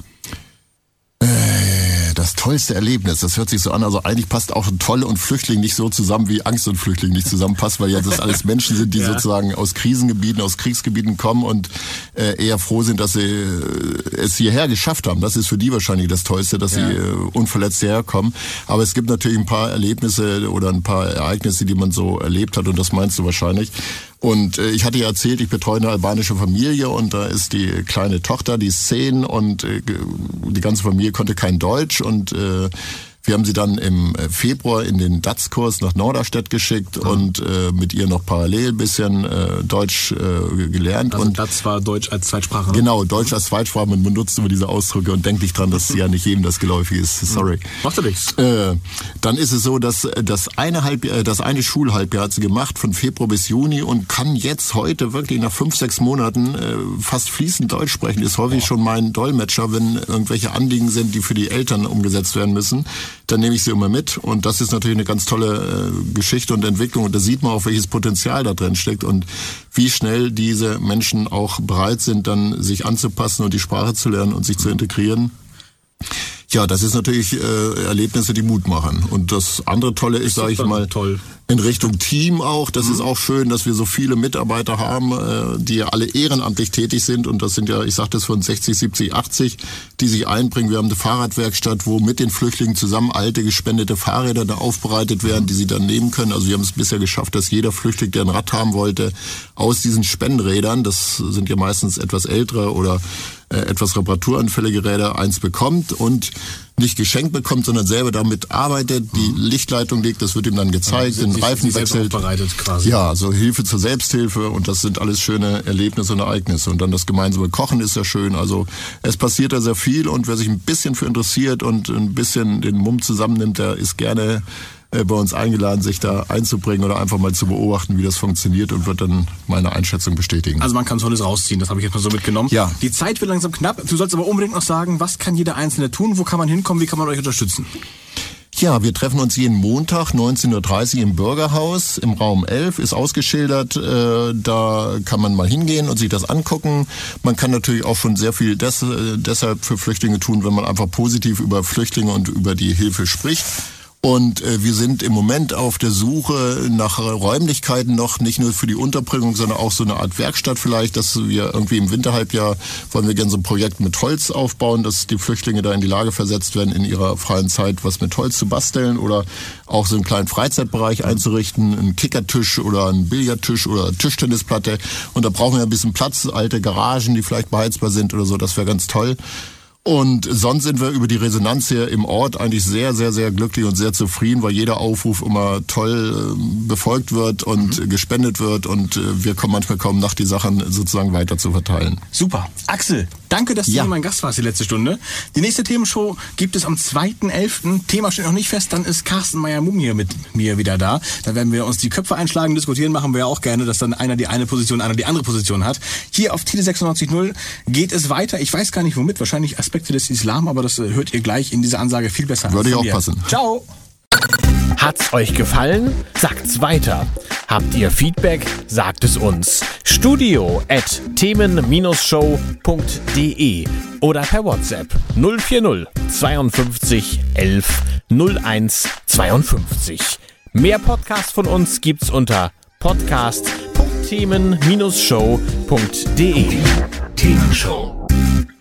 Das tollste Erlebnis, das hört sich so an, also eigentlich passt auch Toll und Flüchtling nicht so zusammen, wie Angst und Flüchtling nicht zusammenpasst, weil ja das alles Menschen sind, die sozusagen aus Krisengebieten, aus Kriegsgebieten kommen und eher froh sind, dass sie es hierher geschafft haben. Das ist für die wahrscheinlich das Tollste, dass sie unverletzt hierher kommen. Aber es gibt natürlich ein paar Erlebnisse oder ein paar Ereignisse, die man so erlebt hat und das meinst du wahrscheinlich. Und ich hatte ja erzählt, ich betreue eine albanische Familie und da ist die kleine Tochter, die ist 10 und die ganze Familie konnte kein Deutsch und wir haben sie dann im Februar in den DATS-Kurs nach Norderstedt geschickt und mit ihr noch parallel ein bisschen Deutsch gelernt. Also und DATS war Deutsch als Zweitsprache? Ne? Genau, Deutsch als Zweitsprache. Man benutzt immer diese Ausdrücke und denkt nicht dran, dass ja nicht jedem das geläufig ist. Sorry. Macht ja nichts. Dann ist es so, dass das eine Schulhalbjahr hat sie gemacht, von Februar bis Juni und kann jetzt heute wirklich nach 5-6 Monaten fast fließend Deutsch sprechen. Ist häufig schon mein Dolmetscher, wenn irgendwelche Anliegen sind, die für die Eltern umgesetzt werden müssen. Dann nehme ich sie immer mit und das ist natürlich eine ganz tolle Geschichte und Entwicklung und da sieht man auch, welches Potenzial da drin steckt und wie schnell diese Menschen auch bereit sind, dann sich anzupassen und die Sprache zu lernen und sich zu integrieren. Ja, das ist natürlich Erlebnisse, die Mut machen. Und das andere Tolle ist, sage ich mal, in Richtung Team auch. Das ist auch schön, dass wir so viele Mitarbeiter haben, die ja alle ehrenamtlich tätig sind. Und das sind ja, ich sage das von 60, 70, 80, die sich einbringen. Wir haben eine Fahrradwerkstatt, wo mit den Flüchtlingen zusammen alte, gespendete Fahrräder da aufbereitet werden, die sie dann nehmen können. Also wir haben es bisher geschafft, dass jeder Flüchtling, der ein Rad haben wollte, aus diesen Spendenrädern, das sind ja meistens etwas ältere oder etwas reparaturanfällige Räder, eins bekommt und nicht geschenkt bekommt, sondern selber damit arbeitet, die Lichtleitung legt, das wird ihm dann gezeigt, den Reifen wechselt. Quasi. Ja, also Hilfe zur Selbsthilfe und das sind alles schöne Erlebnisse und Ereignisse. Und dann das gemeinsame Kochen ist ja schön. Also es passiert da sehr viel und wer sich ein bisschen für interessiert und ein bisschen den Mumm zusammennimmt, der ist gerne bei uns eingeladen, sich da einzubringen oder einfach mal zu beobachten, wie das funktioniert und wird dann meine Einschätzung bestätigen. Also man kann Tolles rausziehen, das habe ich jetzt mal so mitgenommen. Ja. Die Zeit wird langsam knapp. Du sollst aber unbedingt noch sagen, was kann jeder Einzelne tun, wo kann man hinkommen, wie kann man euch unterstützen? Ja, wir treffen uns jeden Montag 19:30 Uhr im Bürgerhaus im Raum 11, ist ausgeschildert. Da kann man mal hingehen und sich das angucken. Man kann natürlich auch schon sehr viel deshalb für Flüchtlinge tun, wenn man einfach positiv über Flüchtlinge und über die Hilfe spricht. Und wir sind im Moment auf der Suche nach Räumlichkeiten noch, nicht nur für die Unterbringung, sondern auch so eine Art Werkstatt vielleicht, dass wir irgendwie im Winterhalbjahr wollen wir gerne so ein Projekt mit Holz aufbauen, dass die Flüchtlinge da in die Lage versetzt werden, in ihrer freien Zeit was mit Holz zu basteln oder auch so einen kleinen Freizeitbereich einzurichten, einen Kickertisch oder einen Billardtisch oder Tischtennisplatte. Und da brauchen wir ein bisschen Platz, alte Garagen, die vielleicht beheizbar sind oder so, das wäre ganz toll. Und sonst sind wir über die Resonanz hier im Ort eigentlich sehr, sehr, sehr glücklich und sehr zufrieden, weil jeder Aufruf immer toll befolgt wird und gespendet wird und wir kommen manchmal kaum nach, die Sachen sozusagen weiter zu verteilen. Super. Axel, danke, dass du mein Gast warst die letzte Stunde. Die nächste Themenshow gibt es am 2.11. Thema steht noch nicht fest, dann ist Carsten Meyer-Mumm hier mit mir wieder da. Da werden wir uns die Köpfe einschlagen, diskutieren, machen wir ja auch gerne, dass dann einer die eine Position, einer die andere Position hat. Hier auf Tele 96.0 geht es weiter. Ich weiß gar nicht womit, wahrscheinlich Aspekte des Islam, aber das hört ihr gleich in dieser Ansage viel besser. Würde ich auch passen. Ciao! Hat's euch gefallen? Sagt's weiter. Habt ihr Feedback? Sagt es uns. studio@themen-show.de oder per WhatsApp 040 52 11 01 52. Mehr Podcasts von uns gibt's unter podcast.themen-show.de. Themenshow.